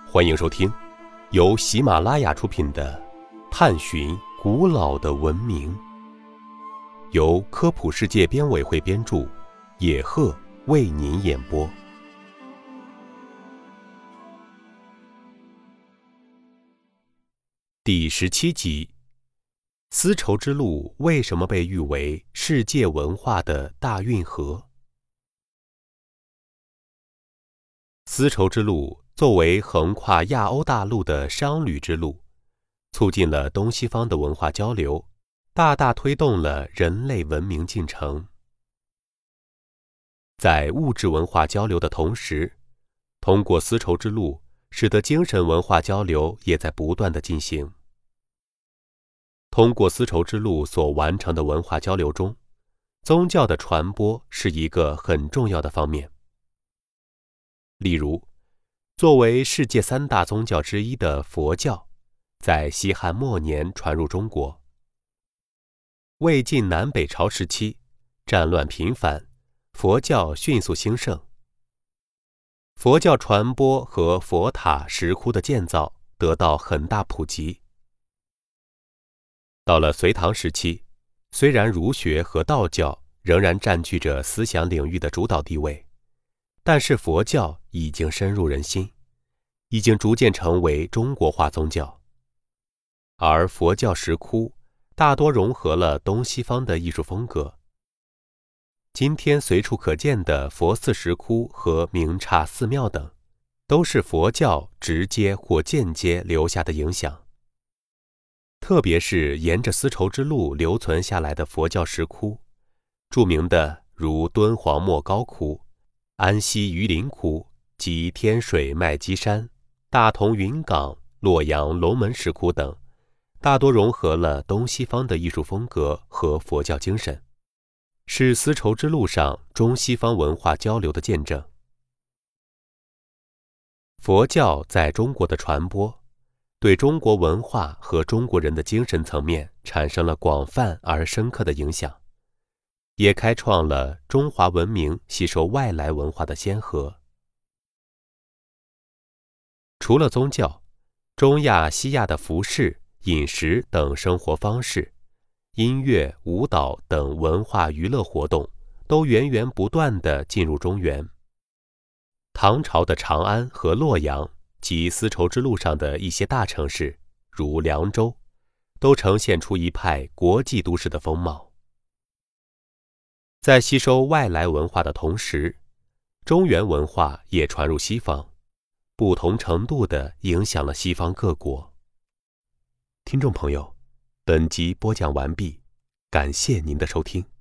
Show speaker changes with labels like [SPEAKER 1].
[SPEAKER 1] 欢迎收听由喜马拉雅出品的《探寻古老的文明》，由科普世界编委会编著，野鹤为您演播。第17集：丝绸之路为什么被誉为世界文化的大运河？丝绸之路作为横跨亚欧大陆的商旅之路，促进了东西方的文化交流，大大推动了人类文明进程。在物质文化交流的同时，通过丝绸之路，使得精神文化交流也在不断的进行。通过丝绸之路所完成的文化交流中，宗教的传播是一个很重要的方面。例如，作为世界3大宗教之一的佛教，在西汉末年传入中国。魏晋南北朝时期，战乱频繁，佛教迅速兴盛。佛教传播和佛塔石窟的建造得到很大普及。到了隋唐时期，虽然儒学和道教仍然占据着思想领域的主导地位，但是佛教已经深入人心，已经逐渐成为中国化宗教。而佛教石窟大多融合了东西方的艺术风格。今天随处可见的佛寺石窟和明刹寺庙等，都是佛教直接或间接留下的影响。特别是沿着丝绸之路留存下来的佛教石窟，著名的如敦煌莫高窟、安西榆林窟及天水麦积山、大同云冈、洛阳龙门石窟等，大多融合了东西方的艺术风格和佛教精神，是丝绸之路上中西方文化交流的见证。佛教在中国的传播，对中国文化和中国人的精神层面产生了广泛而深刻的影响，也开创了中华文明吸收外来文化的先河。除了宗教，中亚西亚的服饰、饮食等生活方式，音乐、舞蹈等文化娱乐活动都源源不断地进入中原。唐朝的长安和洛阳及丝绸之路上的一些大城市，如凉州，都呈现出一派国际都市的风貌。在吸收外来文化的同时，中原文化也传入西方，不同程度地影响了西方各国。听众朋友，本集播讲完毕，感谢您的收听。